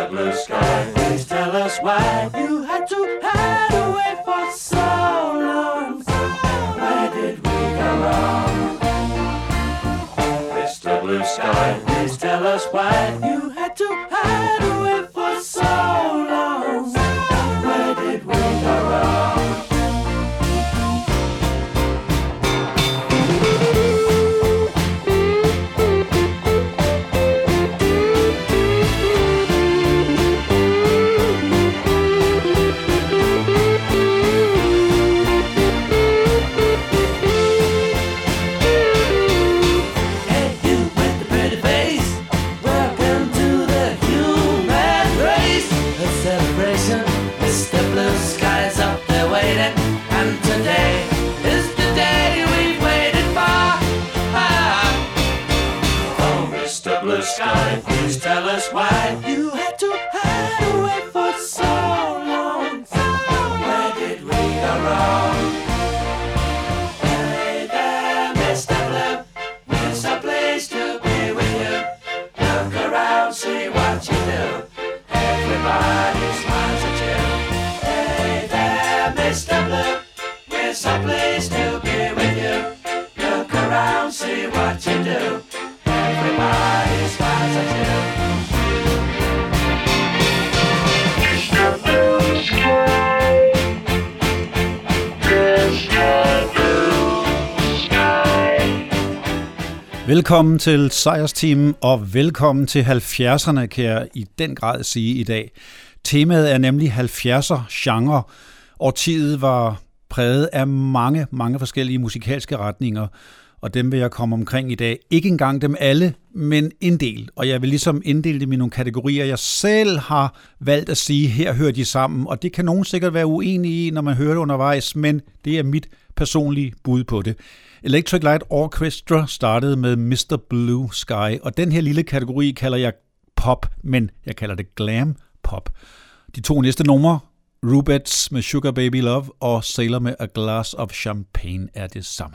Blue sky, please tell us why you had to hide away for so long. Where did we go wrong? Mr. Blue Sky, please tell us why you had to hide away for so long. Where did we go wrong? Sky, please tell us why you had to hide away for so long. Where did we go wrong? Hey there, Mr. Blue, it's a place to be with you. Look around, see what you do. Everybody smiles at you. Hey there, Mr. Blue, it's a place to be with you. Look around, see what you do. Everybody smiles at you. Mr. Blue Sky, Mr. Blue Sky. Velkommen til Sejrsteam, og velkommen til 70'erne, kan jeg i den grad sige i dag. Temaet er nemlig 70'er genre. Årtiet var præget af mange forskellige musikalske retninger, og dem vil jeg komme omkring i dag. Ikke engang dem alle, men en del. Og jeg vil ligesom inddele dem i nogle kategorier, jeg selv har valgt at sige, her hører de sammen. Og det kan nogen sikkert være uenige i, når man hører det undervejs, men det er mit personlige bud på det. Electric Light Orchestra startede med Mr. Blue Sky, og den her lille kategori kalder jeg pop, men jeg kalder det glam pop. De to næste numre, Rubettes med Sugar Baby Love og Sailor med A Glass of Champagne, er det samme.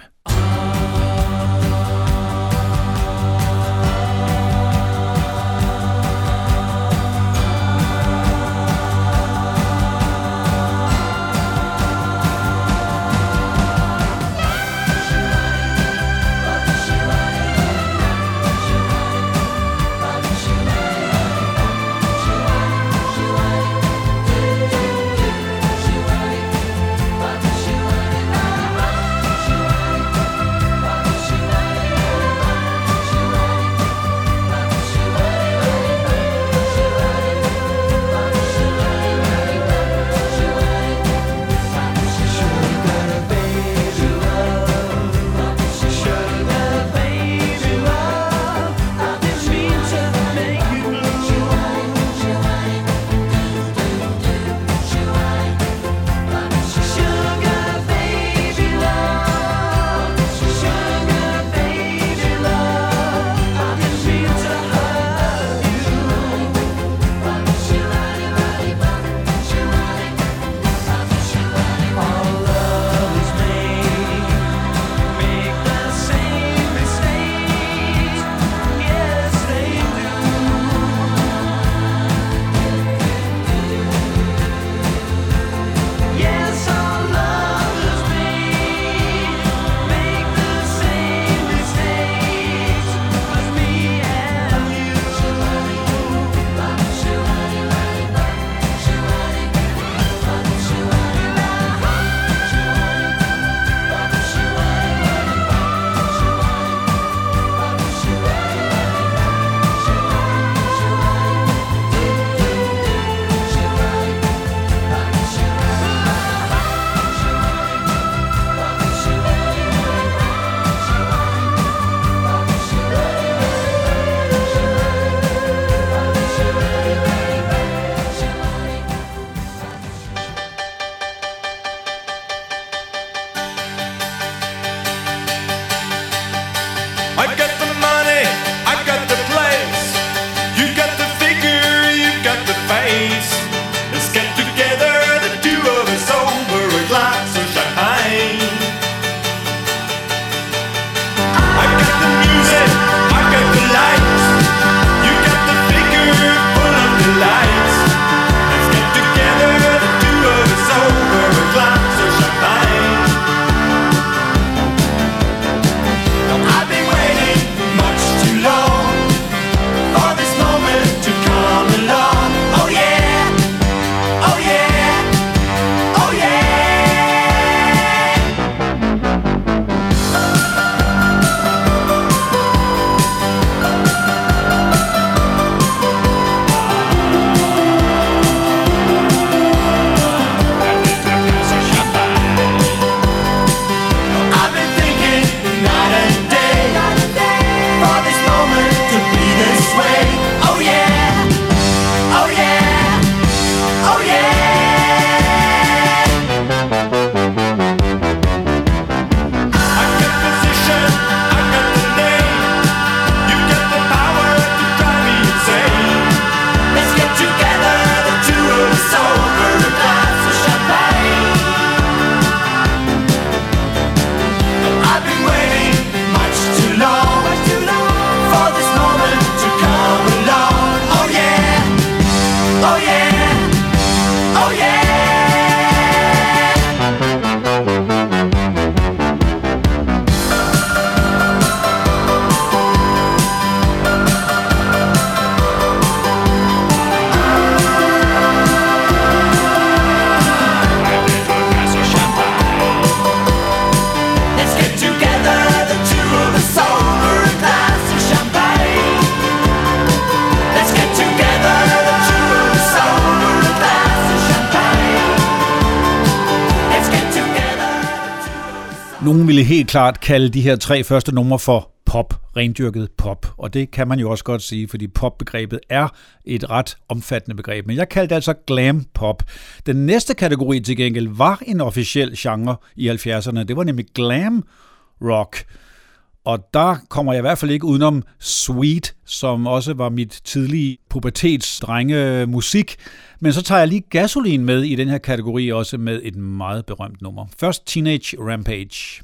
Nogen ville helt klart kalde de her 3 første numre for pop, rendyrket pop, og det kan man jo også godt sige, fordi popbegrebet er et ret omfattende begreb, men jeg kaldte det altså glam pop. Den næste kategori til gengæld var en officiel genre i 70'erne, det var nemlig glam rock, og der kommer jeg i hvert fald ikke udenom Sweet, som også var mit tidlige pubertetsdrenge musik, men så tager jeg lige Gasoline med i den her kategori, også med et meget berømt nummer. Først Teenage Rampage.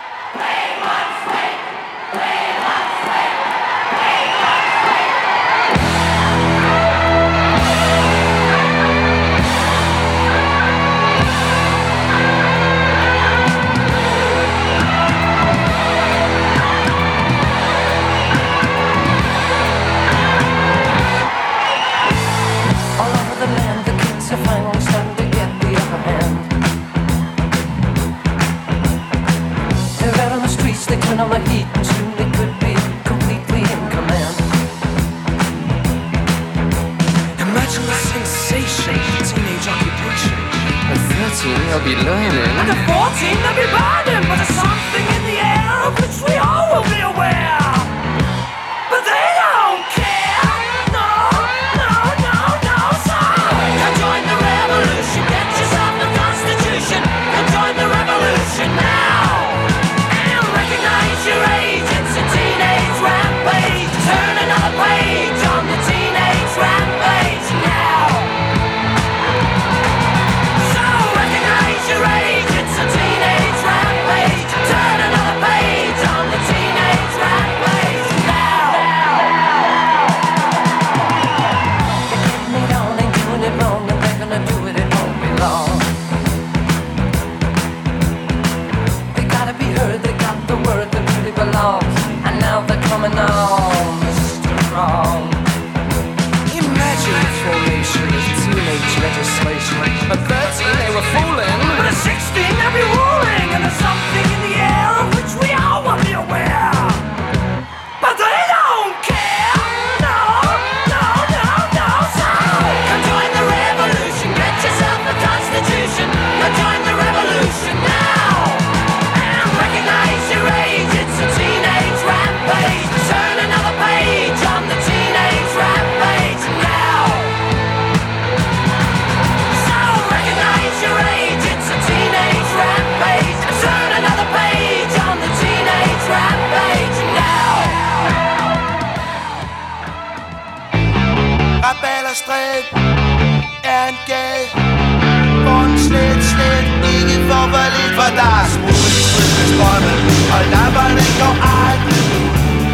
On the heat and soon they could be completely in command. Imagine the sensation, teenage occupation. At 13 they'll be learning. And at 14 they'll be burning. But there's something in the air of which we all will be aware. But they don't care. No, no, no, no, so come join the revolution. Get yourself the Constitution. Come join the revolution now. Your age, it's a teenage rampage. Turn another page on the teenage rampage now. So recognize your age, it's a teenage rampage. Turn another page on the teenage rampage now. They're getting it on and doing it wrong, and they're gonna do it, it won't be long. They gotta be heard, they got the word that really belongs. And now they're coming on, Mr. Wrong. Imagine the formation of teenage legislation. At 13 they were fooling, but at 16 they'll be ruling. And there's something in the air of which we all will be aware. But they don't care. No, no, no, no, so come join the revolution. Get yourself a Constitution. Come join the revolution now. And recognize your age, it's a teenage rampage. Turn another page on the teenage rampage now. So recognize your age, it's a teenage rampage. Turn another page on the teenage rampage now. Rabalderstræk er en gade, hvor den slet ikke får for lidt. For der er smule i strømmen, og lamperne går aldrig ud.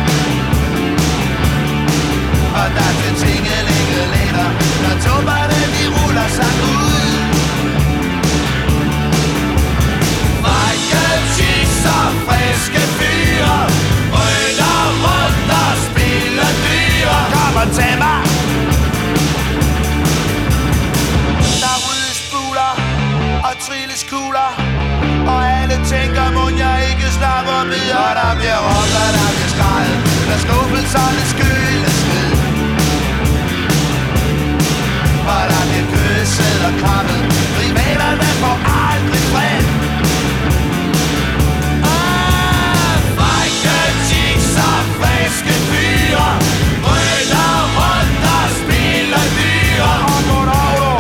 Og der kan tinge ligge lettere, når tubberne de ruller sig ud. Frække chicks og friske fyre rykker rundt og spiller dyre. Kom og tag mig! Der ryddes buler og trilles kugler, og alle tænker, må jeg ikke slappe op i. Og der bliver råbt, og der bliver skreget, når skuffelserne skyldes ned. Og der bliver kysset og krammet, rivalerne får aldrig fred. Frække chicks og friske fyre rykker rundt og spiller dyre. Og goddag du.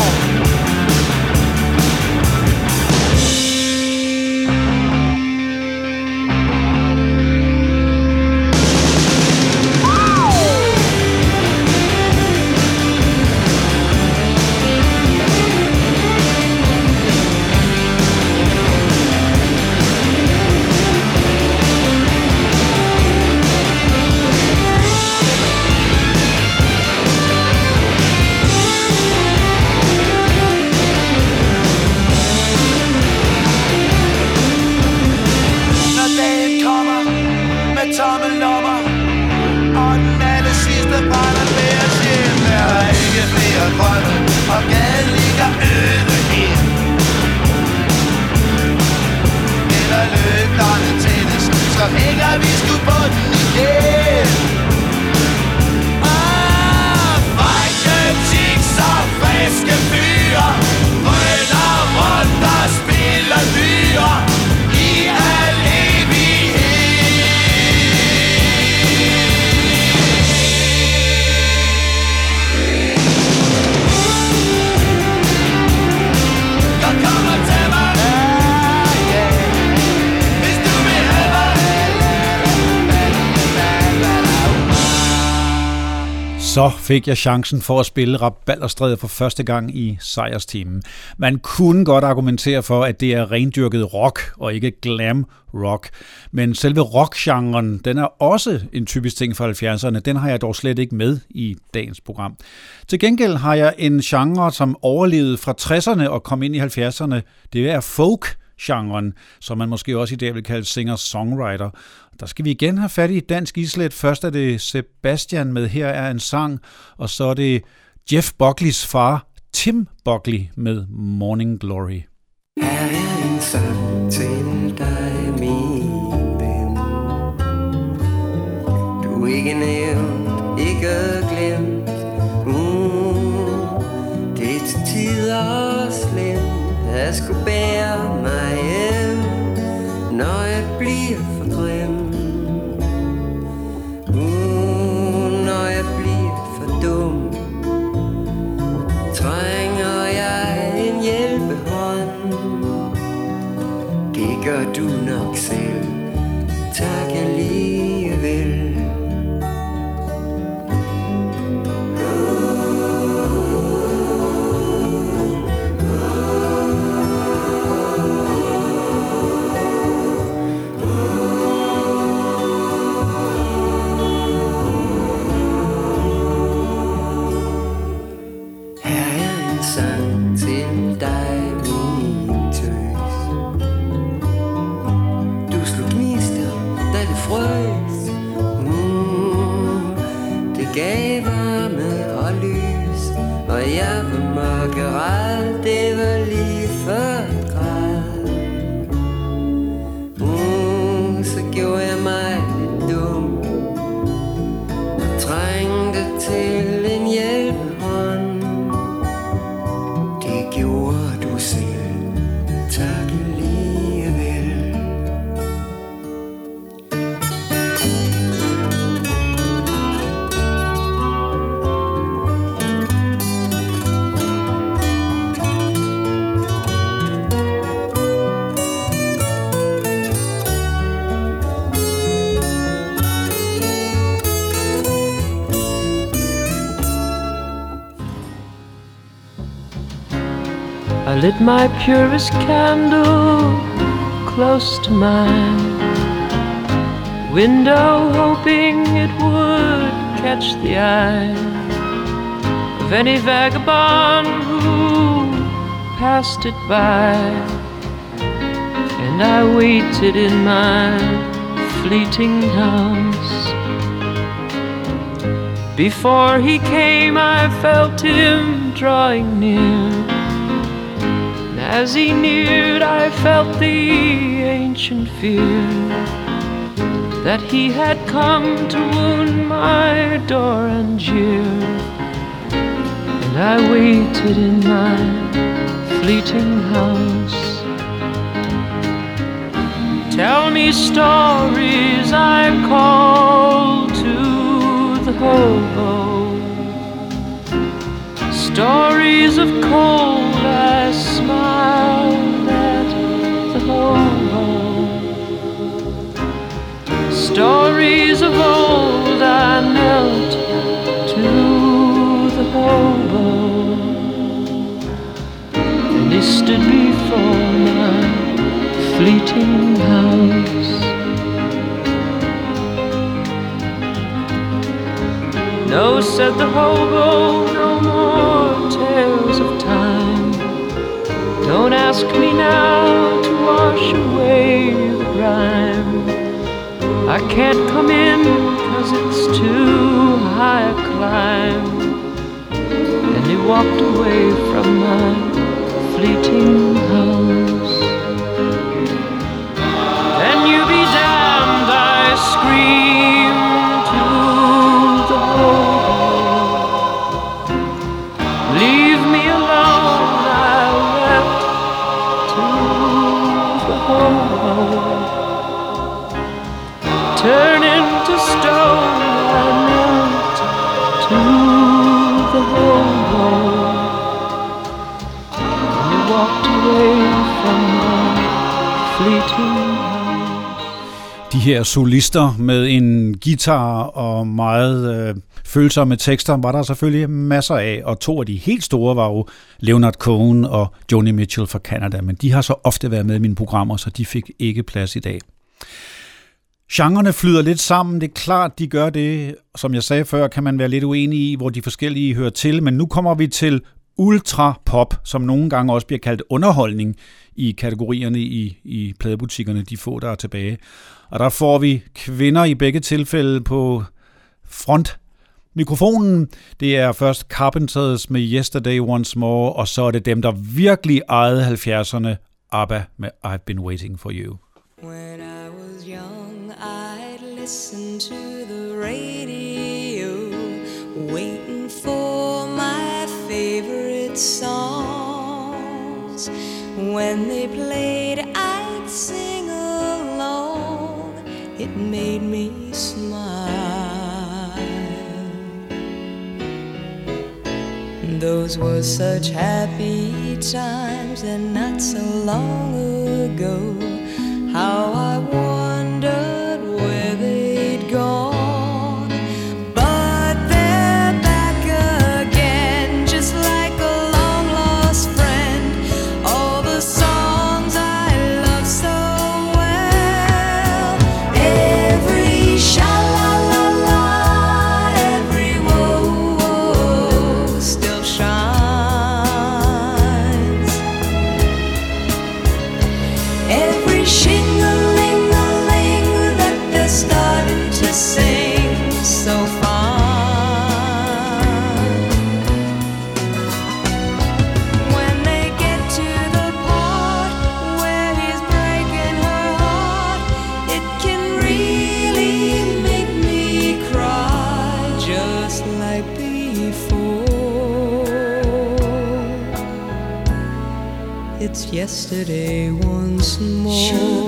Spiller dyr i al Så fik jeg chancen for at spille Rabalderstræde for første gang i sejrsteamen. Man kunne godt argumentere for, at det er rendyrket rock og ikke glam rock. Men selve rockgenren, den er også en typisk ting fra 70'erne. Den har jeg dog slet ikke med i dagens program. Til gengæld har jeg en genre, som overlevede fra 60'erne og kom ind i 70'erne. Det er folk-genren, som man måske også i dag vil kalde singer-songwriter. Der skal vi igen have fat i dansk islet. Først er det Sebastian med Her er en sang, og så er det Jeff Buckleys far, Tim Buckley, med Morning Glory. Her er en sang til dig, min ven. Du er ikke nævnt, ikke glemt. Det er til tider slemt at skulle bære mig hjem, når jeg bliver for grim. Når jeg bliver for dum, trænger jeg en hjælpehånd. Det gør du nok selv, tak alligevel. Det var lige før græd. Så gjorde jeg mig lidt dum og trængte til en hjælpehånd. Det gjorde du selv, tak alligevel. I lit my purest candle close to mine window, hoping it would catch the eye of any vagabond who passed it by. And I waited in my fleeting house. Before he came, I felt him drawing near. As he neared, I felt the ancient fear that he had come to wound my door and jeer. And I waited in my fleeting house. Tell me stories, I call to the hobo. Stories of cold, I smiled at the hobo. Stories of old, I knelt to the hobo. And he stood before my fleeting house. No, said the hobo, no more tales of time. Don't ask me now to wash away the grime. I can't come in 'cause it's too high a climb. And he walked away from my fleeting house. And you be damned, I screamed to the hobo. Leave me alone, I wept to the hobo. Turn into stone, I knelt to the hobo. And he walked away from my fleeting house. De her solister med en guitar og meget følsomme tekster var der selvfølgelig masser af, og to af de helt store var jo Leonard Cohen og Joni Mitchell fra Canada, men de har så ofte været med i mine programmer, så de fik ikke plads i dag. Genrerne flyder lidt sammen, det er klart, de gør det. Som jeg sagde før, kan man være lidt uenig i, hvor de forskellige hører til, men nu kommer vi til ultra-pop, som nogle gange også bliver kaldt underholdning i kategorierne i pladebutikkerne, de få, der er tilbage. Og der får vi kvinder i begge tilfælde på frontmikrofonen. Det er først Carpenters med Yesterday Once More, og så er det dem, der virkelig ejede 70'erne, ABBA med I've Been Waiting For You. When I was young, I'd listen to the radio, waiting for my favorite songs. When they played, I'd sing along. It made me smile. Those were such happy times, and not so long ago. How I wondered where they'd gone. But they're back again, just like a long-lost friend. All the songs I love so well. Every sha-la-la-la, every whoa-whoa still shines. Every shing-a-ling-a-ling that they're starting to sing so fine. When they get to the part where he's breaking her heart, it can really make me cry, just like before. It's yesterday once more.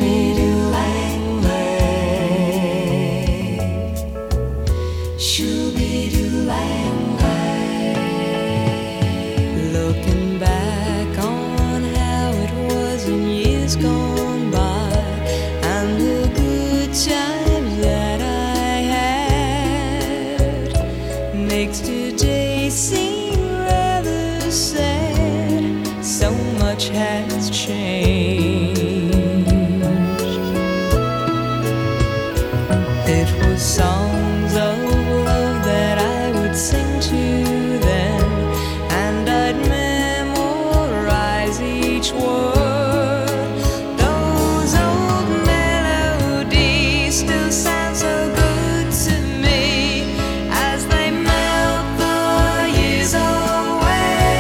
Looking back on how it was in years gone by, and the good times that I had, makes today seem rather sad. So much has changed. It was songs of love that I would sing to then, and I'd memorize each word. Those old melodies still sound so good to me as they melt the years away.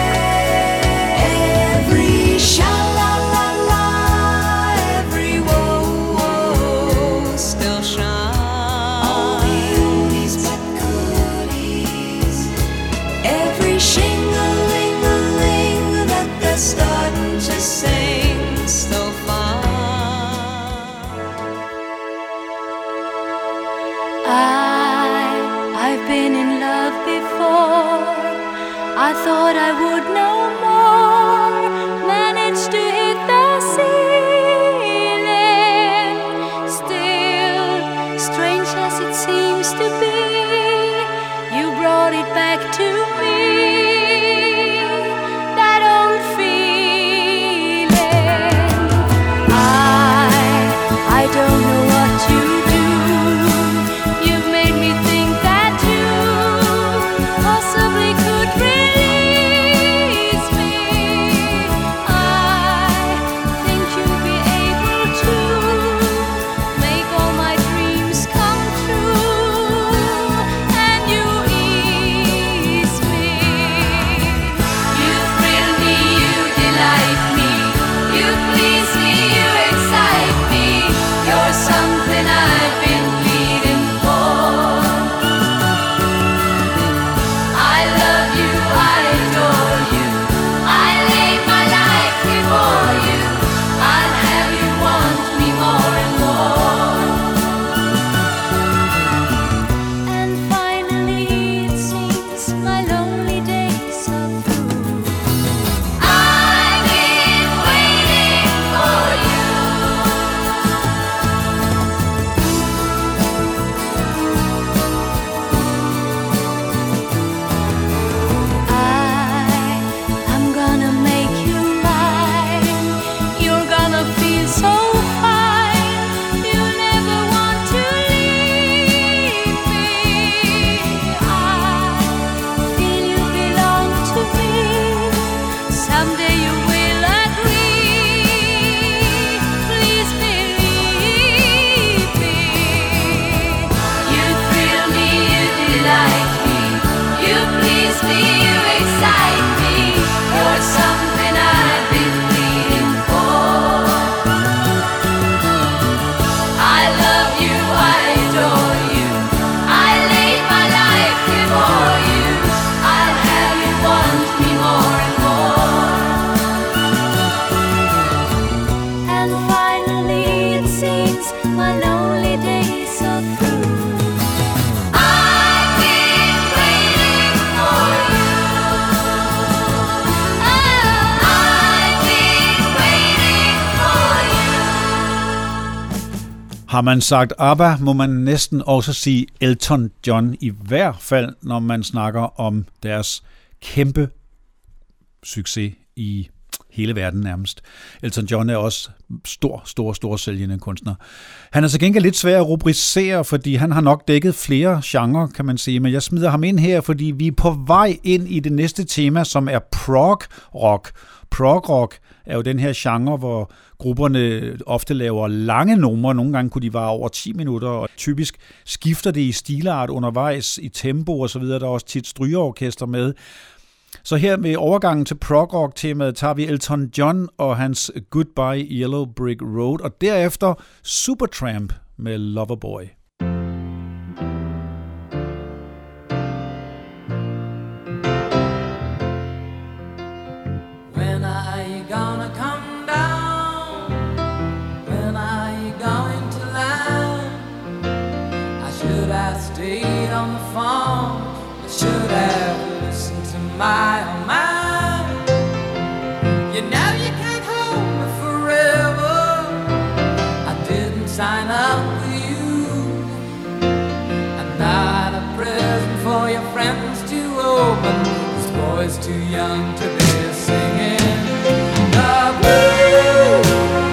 Every sha-la-la-la, every whoa-whoa still shines. All the oldies but goodies. Every shing-a-ling-a-ling that they're starting to sing so fine. I've been in love before. I thought I would know more, managed to hit the ceiling. Still, strange as it seems to be, you brought it back to me, that old feeling. I don't know what to do. You've made me think that you possibly could release me. Har man sagt ABBA, må man næsten også sige Elton John, i hvert fald når man snakker om deres kæmpe succes i hele verden nærmest. Elton John er også stor sælgende kunstner. Han er så gengæld lidt svær at rubricere, fordi han har nok dækket flere genrer, kan man sige, men jeg smider ham ind her, fordi vi er på vej ind i det næste tema, som er prog rock. Prog rock er jo den her genre, hvor grupperne ofte laver lange numre. Nogle gange kunne de vare over 10 minutter, og typisk skifter det i stilart undervejs, i tempo og så videre. Der er også tit strygeorkester med. Så her med overgangen til prog rock-temaet tager vi Elton John og hans Goodbye Yellow Brick Road, og derefter Supertramp med Loverboy. When are you gonna come down? When are you going to land? I should have stayed on the phone. I should have listened to my own mind. You know you can't hold me forever. I didn't sign up with you. I'm not a present for your friends to open. This boy's too young to be singing the blues.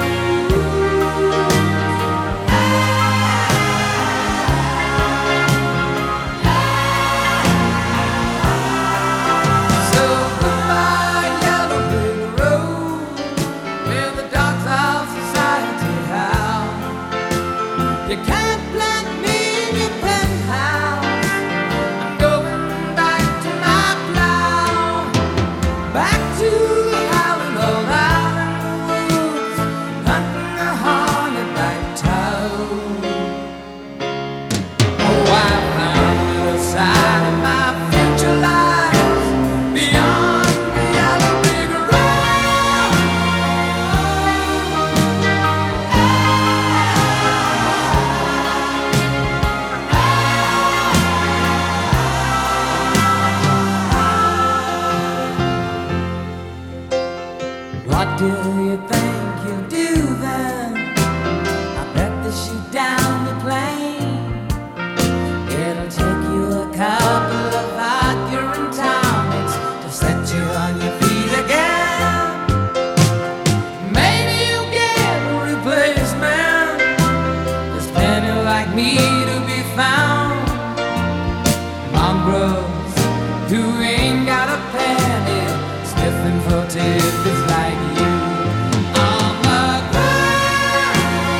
So goodbye, yellow brick road, where the dogs of society howl. You can't plant me in your penthouse. I'm going back to my plow, back to the howling old island woods, hunting a hornet-like toad. Oh, I found a side of my future lies beyond the yellow brick road. What do you think you'll do then? I bet they shoot down the plane. It'll take you a couple of urine tonics to set you on your feet again. Maybe you'll get a replacement. There's plenty like me to be found. Mongrels who ain't got a penny, sniffing for tidbits like you. On the ground.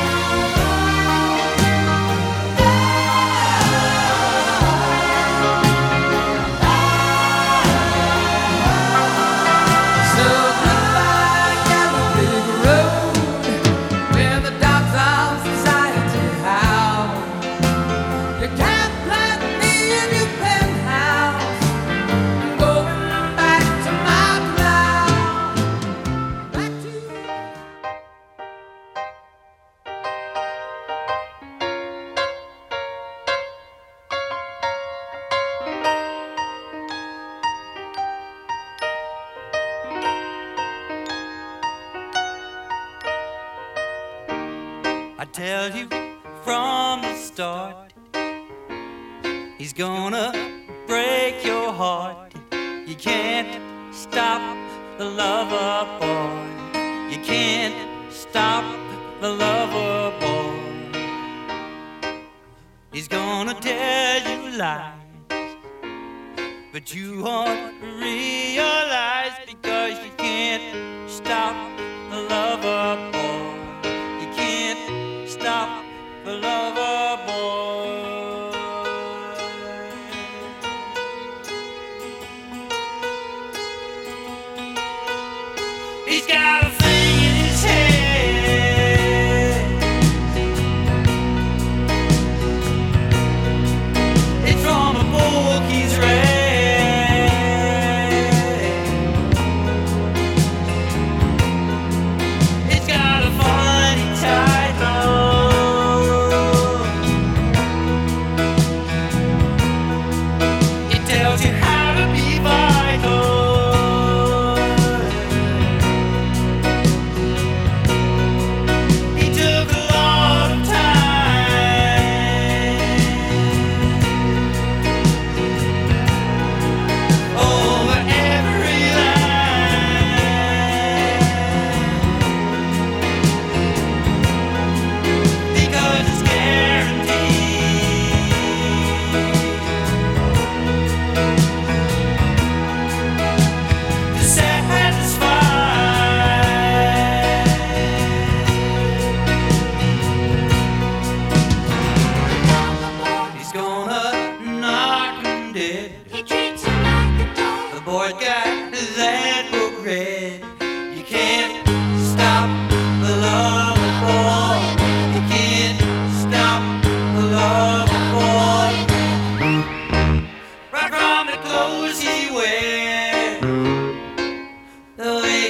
So goodbye, yellow brick road, where the dogs of society howl. You can't plant me in your penthouse. I'm going back to my plow. Back to I tell you from the start, he's gonna break your heart. You can't stop the lover boy. You can't stop the lover boy. He's gonna tell you lies, but you won't realize, because you can't stop the lover boy. You can't stop the lover boy. He's got a thing in his head. It's from a book he's read. It's got a funny title. It tells you how to be vital.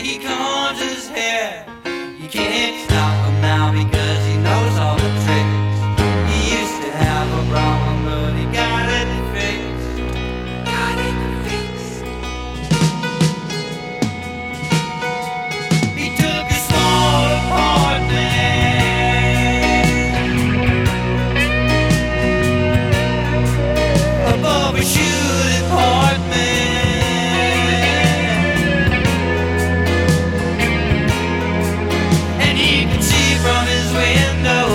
he combs his hair. You can't stop him now because he knows all the tricks. He used to have a problem, but he got it fixed. Got it fixed. He took a small apartment above a shoe department. From his window,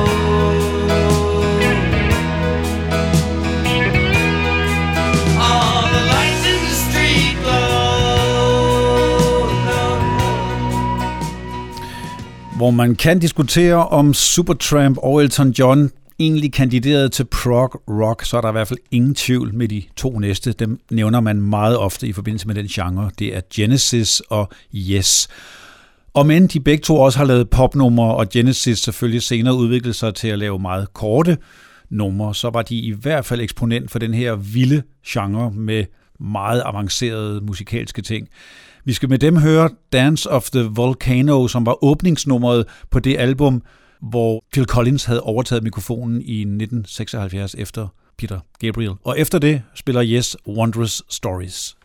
all the lights in the street glow. Hvor man kan diskutere, om Supertramp og Elton John egentlig kandiderede til prog rock, så er der i hvert fald ingen tvivl med de to næste. Dem nævner man meget ofte i forbindelse med den genre. Det er Genesis og Yes. Og men de begge to også har lavet popnumre, og Genesis selvfølgelig senere udviklede sig til at lave meget korte numre, så var de i hvert fald eksponent for den her vilde genre med meget avancerede musikalske ting. Vi skal med dem høre Dance of the Volcano, som var åbningsnummeret på det album, hvor Phil Collins havde overtaget mikrofonen i 1976 efter Peter Gabriel. Og efter det spiller Yes Wondrous Stories.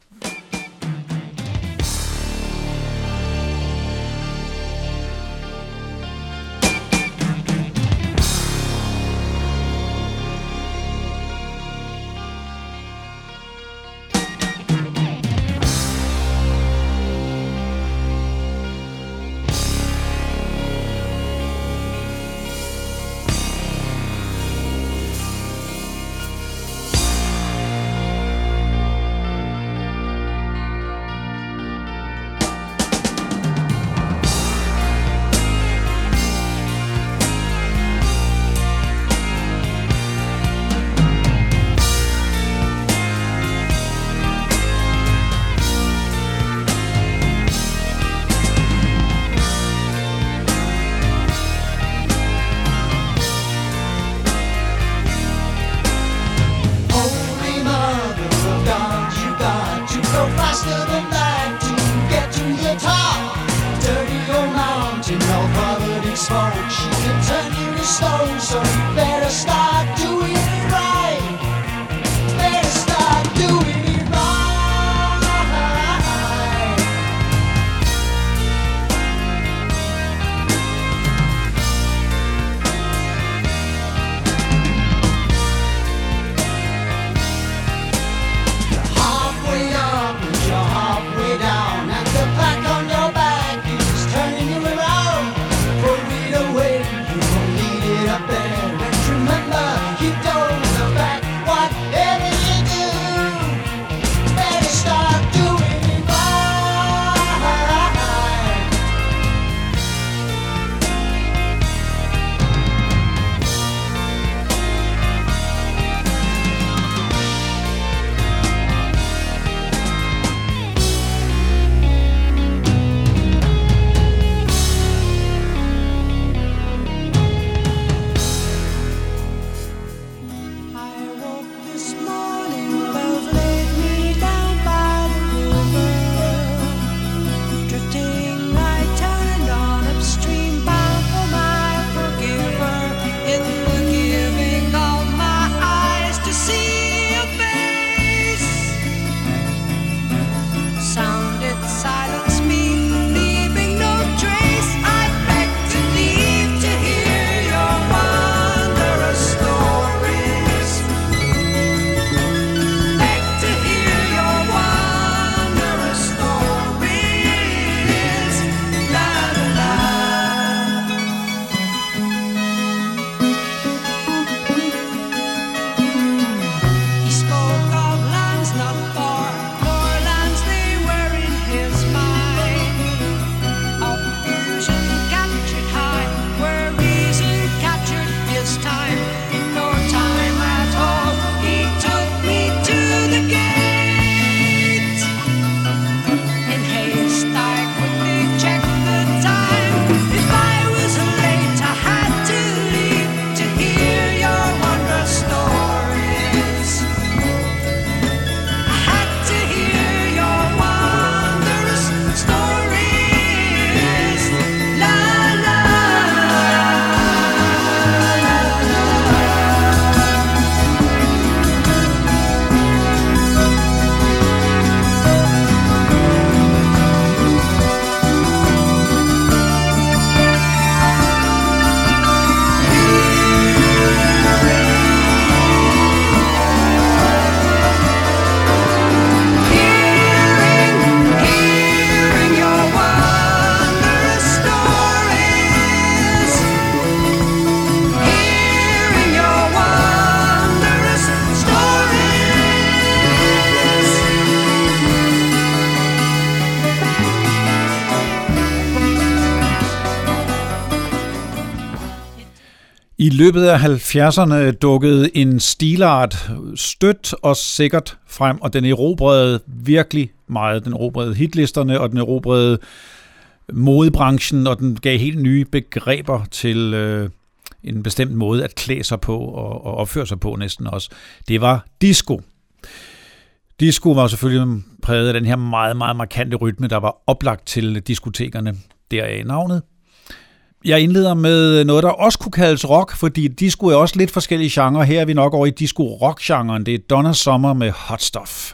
I løbet af 70'erne dukkede en stilart stødt og sikkert frem, og den erobrede virkelig meget. Den erobrede hitlisterne, og den erobrede modebranchen, og den gav helt nye begreber til en bestemt måde at klæde sig på og opføre sig på næsten også. Det var disco. Disco var selvfølgelig præget af den her meget, meget markante rytme, der var oplagt til diskotekerne. Deraf navnet. Jeg indleder med noget, der også kunne kaldes rock, fordi disco er også lidt forskellige genrer. Her er vi nok over i disco-rock-genren. Det er Donna Summer med Hot Stuff.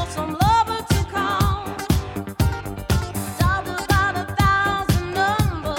Number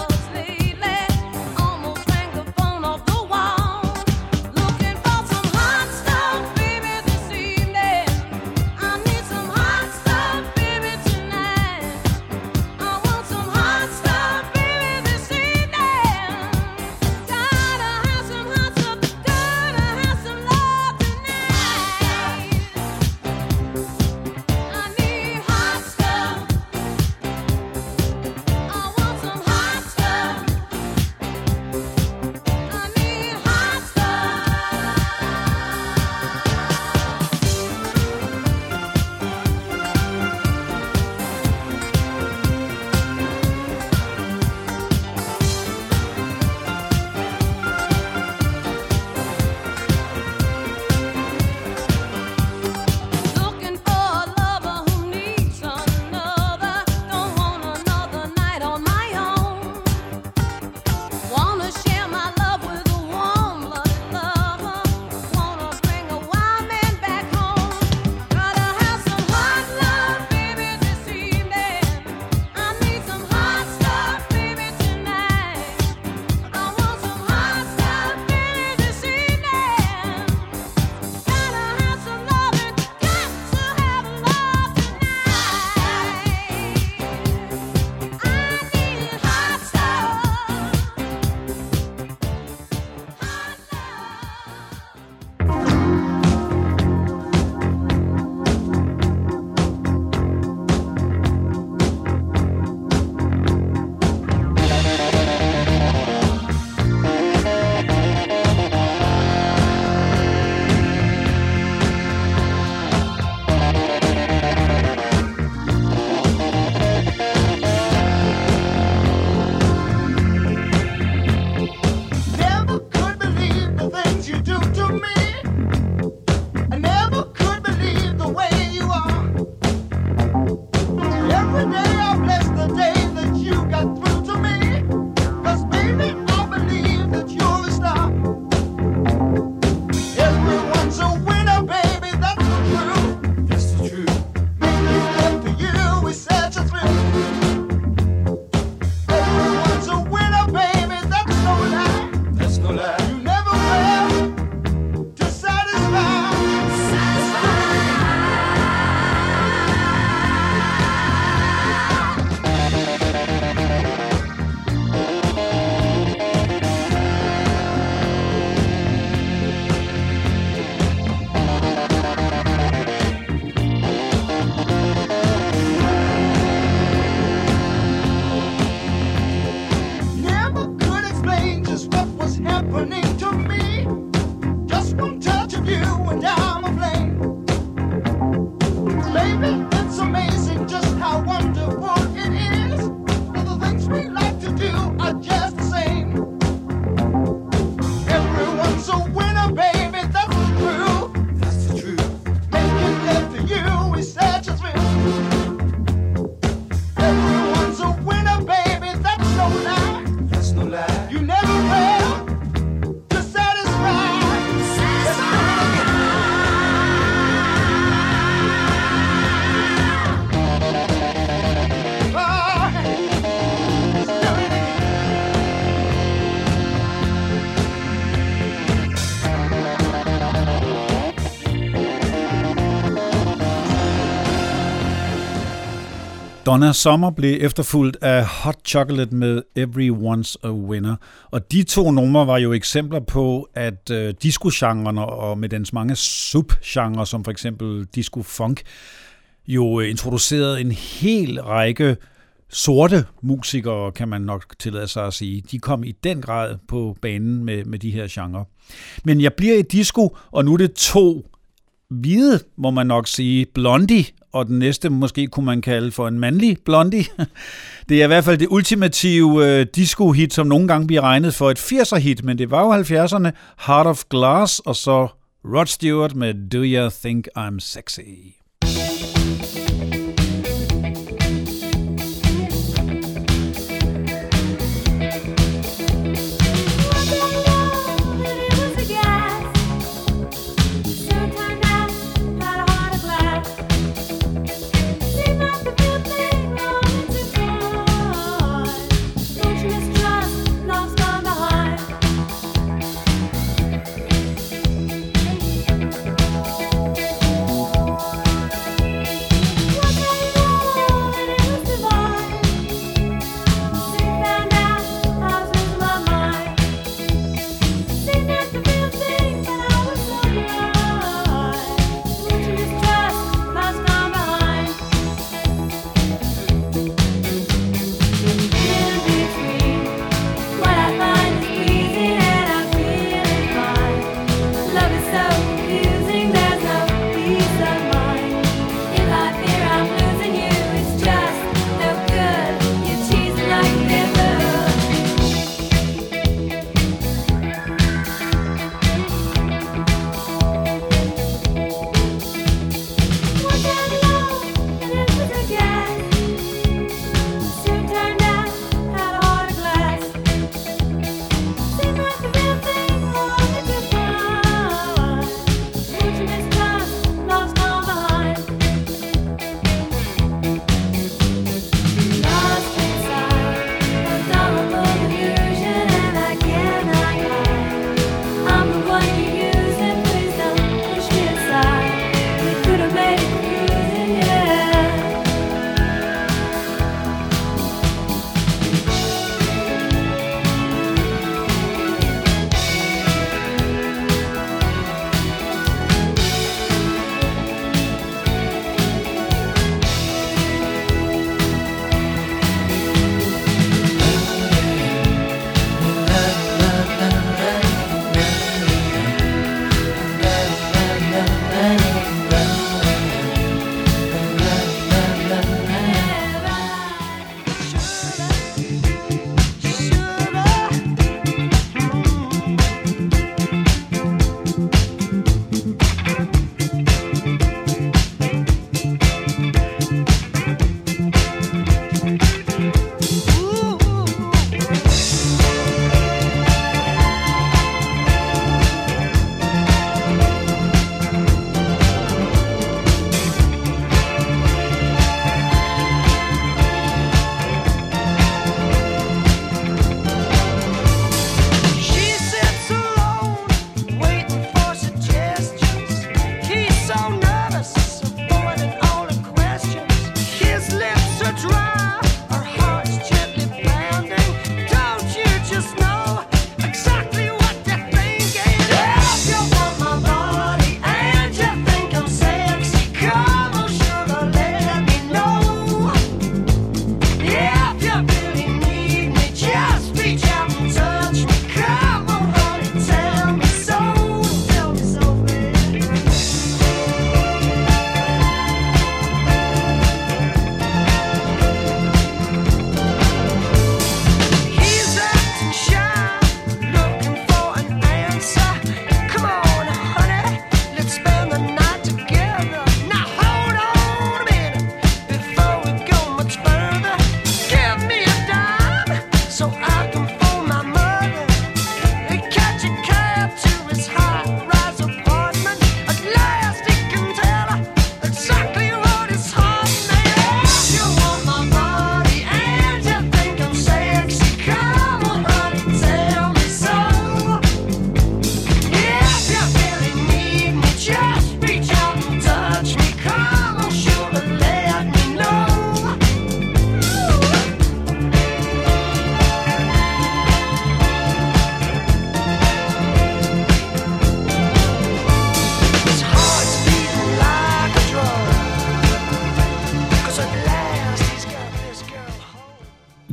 Donna Summer blev efterfulgt af Hot Chocolate med Everyone's a Winner. Og de to numre var jo eksempler på, at disco-genrerne og med dens mange subgenre, som for eksempel disco-funk, jo introducerede en hel række sorte musikere, kan man nok tillade sig at sige. De kom i den grad på banen med de her genrer. Men jeg bliver i disco, og nu er det to hvide, må man nok sige, Blondie, og den næste måske kunne man kalde for en mandlig Blondie. Det er i hvert fald det ultimative disco-hit, som nogle gange bliver regnet for et 80'er-hit, men det var jo 70'erne, Heart of Glass, og så Rod Stewart med Do You Think I'm Sexy?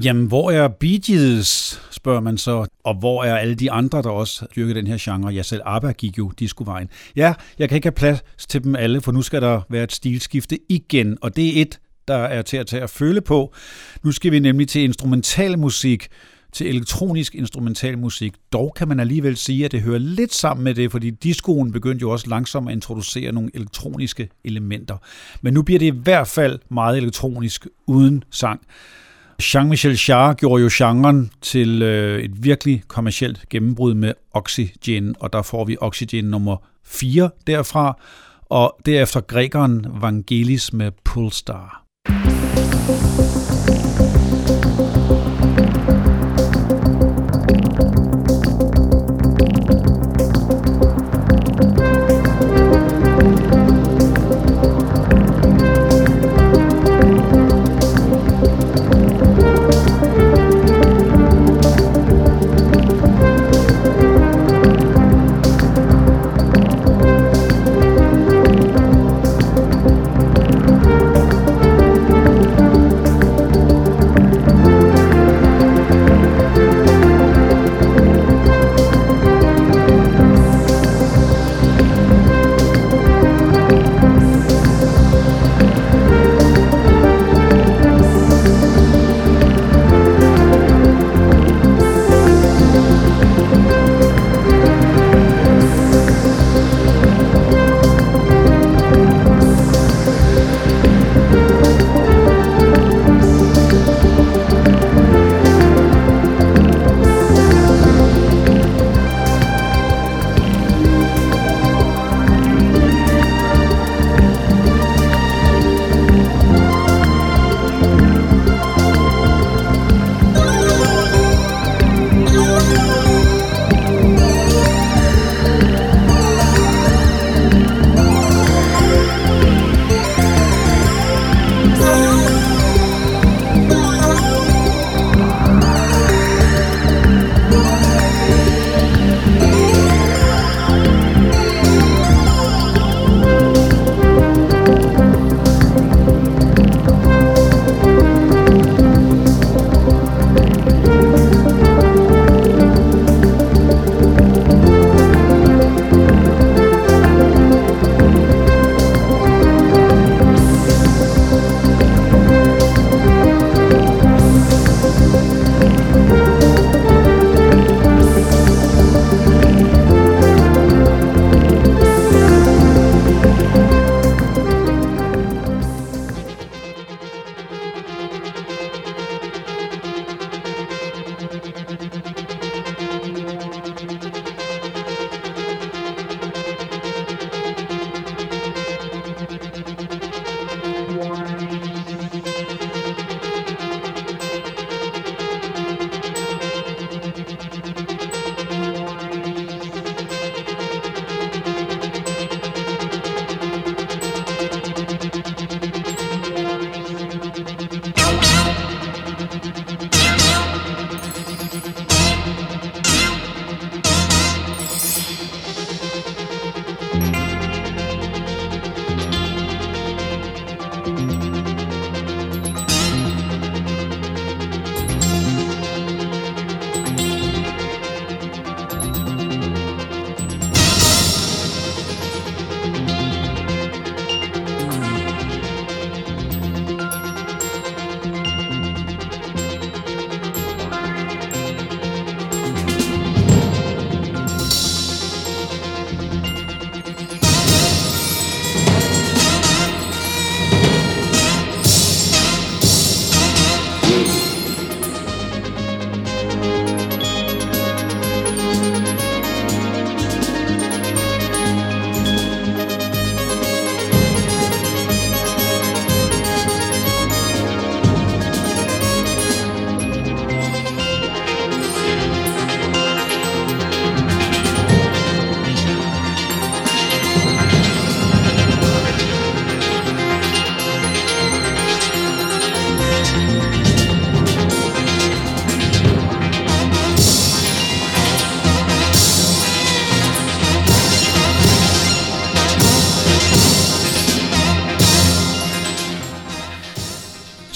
Jamen, hvor er Bee Gees, spørger man så, og hvor er alle de andre, der også dyrker den her genre? Ja, selv ABBA gik jo discovejen. Ja, jeg kan ikke have plads til dem alle, for nu skal der være et stilskifte igen, og det er et, der er til at tage at føle på. Nu skal vi nemlig til instrumentalmusik, til elektronisk instrumentalmusik. Dog kan man alligevel sige, at det hører lidt sammen med det, fordi discoen begyndte jo også langsomt at introducere nogle elektroniske elementer. Men nu bliver det i hvert fald meget elektronisk uden sang. Jean-Michel Jarre gjorde jo genren til et virkelig kommercielt gennembrud med Oxygen, og der får vi Oxygen nummer 4 derfra, og derefter grækeren Vangelis med Polestar.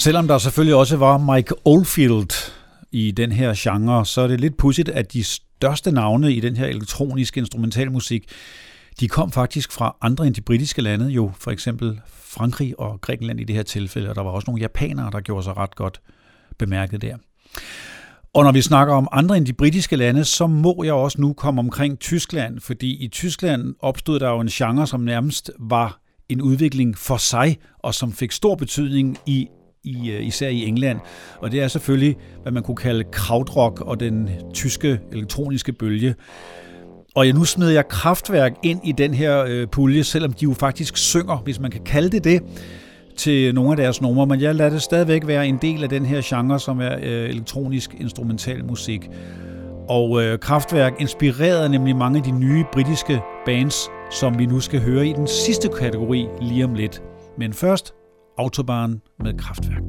Selvom der selvfølgelig også var Mike Oldfield i den her genre, så er det lidt pudsigt, at de største navne i den her elektroniske instrumentalmusik, de kom faktisk fra andre end de britiske lande, jo for eksempel Frankrig og Grækenland i det her tilfælde, og der var også nogle japanere, der gjorde sig ret godt bemærket der. Og når vi snakker om andre end de britiske lande, så må jeg også nu komme omkring Tyskland, fordi i Tyskland opstod der jo en genre, som nærmest var en udvikling for sig, og som fik stor betydning især i England. Og det er selvfølgelig, hvad man kunne kalde krautrock og den tyske elektroniske bølge. Og nu smider jeg Kraftwerk ind i den her pulje, selvom de jo faktisk synger, hvis man kan kalde det, til nogle af deres numre, men jeg lader det stadigvæk være en del af den her genre, som er elektronisk instrumental musik. Og Kraftwerk inspirerede nemlig mange af de nye britiske bands, som vi nu skal høre i den sidste kategori lige om lidt. Men først Autobahn med Kraftwerk.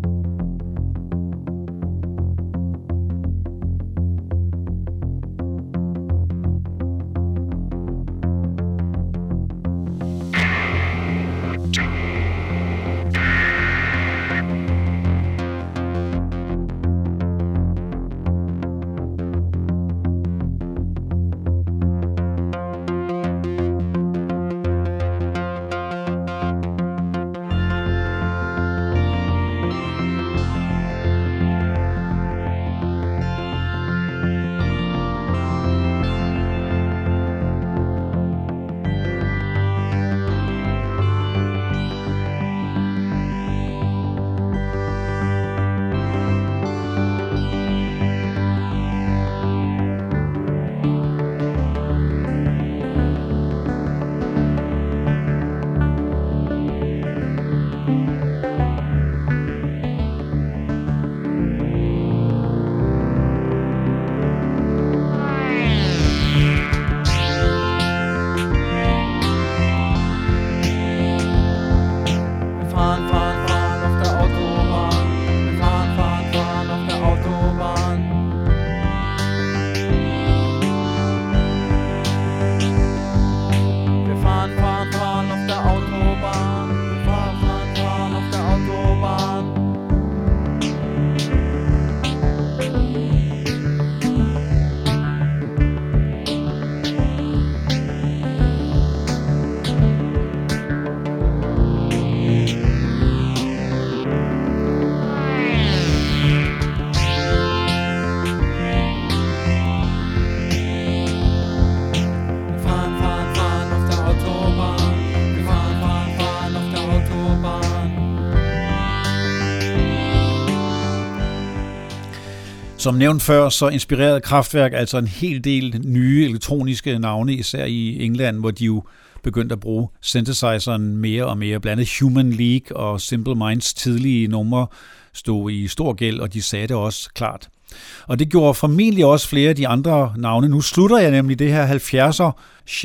Som nævnt før, så inspirerede Kraftwerk altså en hel del nye elektroniske navne, især i England, hvor de jo begyndte at bruge synthesizeren mere og mere. Blandt andet Human League og Simple Minds tidlige numre stod i stor gæld, og de sagde det også klart. Og det gjorde formentlig også flere af de andre navne. Nu slutter jeg nemlig det her 70'er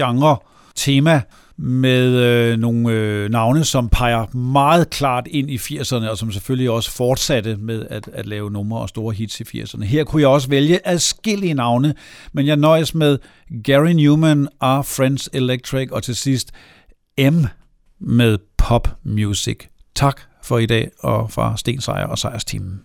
genre-tema med nogle navne, som peger meget klart ind i 80'erne, og som selvfølgelig også fortsatte med at lave numre og store hits i 80'erne. Her kunne jeg også vælge adskillige navne, men jeg nøjes med Gary Newman, Our Friends Electric, og til sidst M med Pop Music. Tak for i dag, og fra Sten Sejer og Sejrsteamen.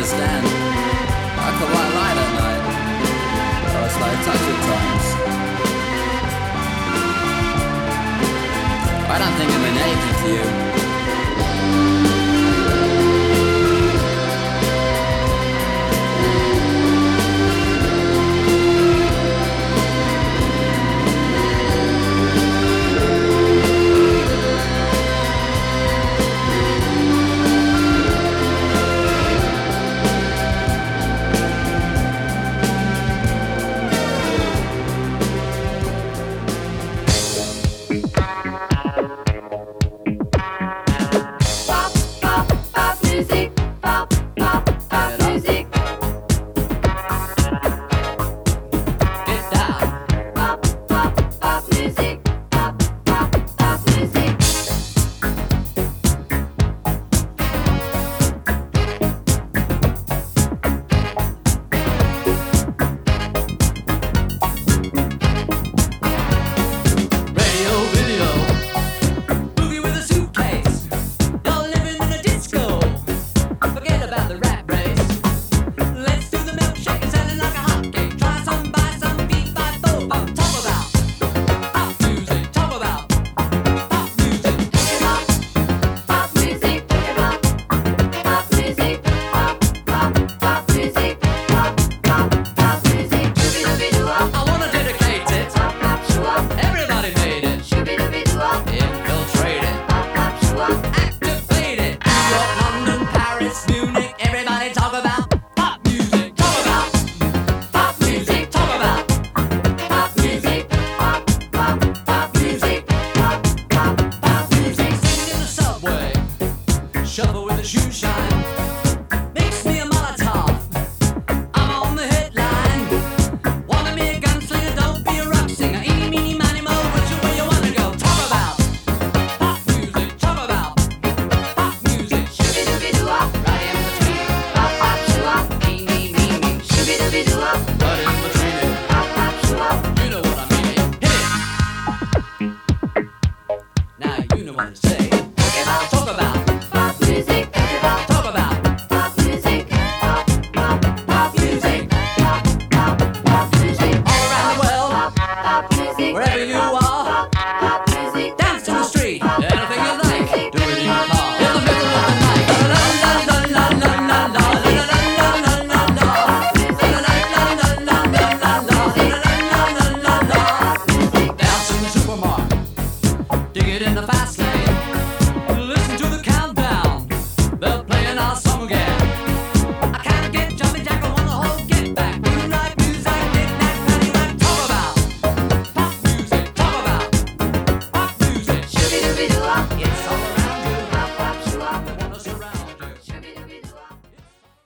understand. I could white light at night. Or a slight touch at times. I don't think I mean anything to you. Talk about pop music.